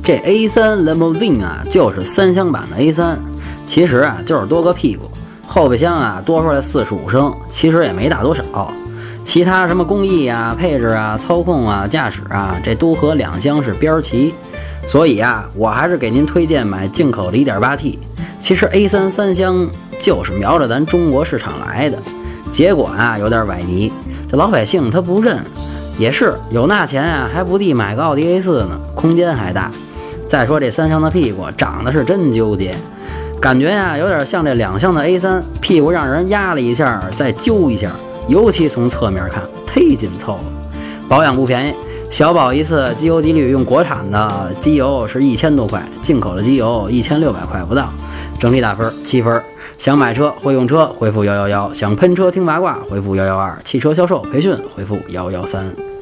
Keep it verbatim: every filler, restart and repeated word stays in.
这 A 三 Limousine 啊，就是三厢版的 A 三，其实啊就是多个屁股，后备箱啊多出来四十五升，其实也没大多少。其他什么工艺啊、配置啊、操控啊、驾驶啊，这都和两厢是边儿齐。所以啊，我还是给您推荐买进口的 一点八 T。其实 A 三 三厢就是瞄着咱中国市场来的，结果啊有点崴泥，这老百姓他不认。也是有那钱啊，还不地买个奥迪 A 四 呢，空间还大。再说这三厢的屁股长得是真纠结，感觉呀、啊、有点像这两厢的 A 三，屁股让人压了一下再揪一下，尤其从侧面看忒紧凑了。保养不便宜，小保一次机油机滤用国产的机油是一千多块，进口的机油一千六百块不到。整体打分七分。想买车会用车回复幺幺幺，想喷车听八卦回复幺幺二，汽车销售培训回复幺幺三。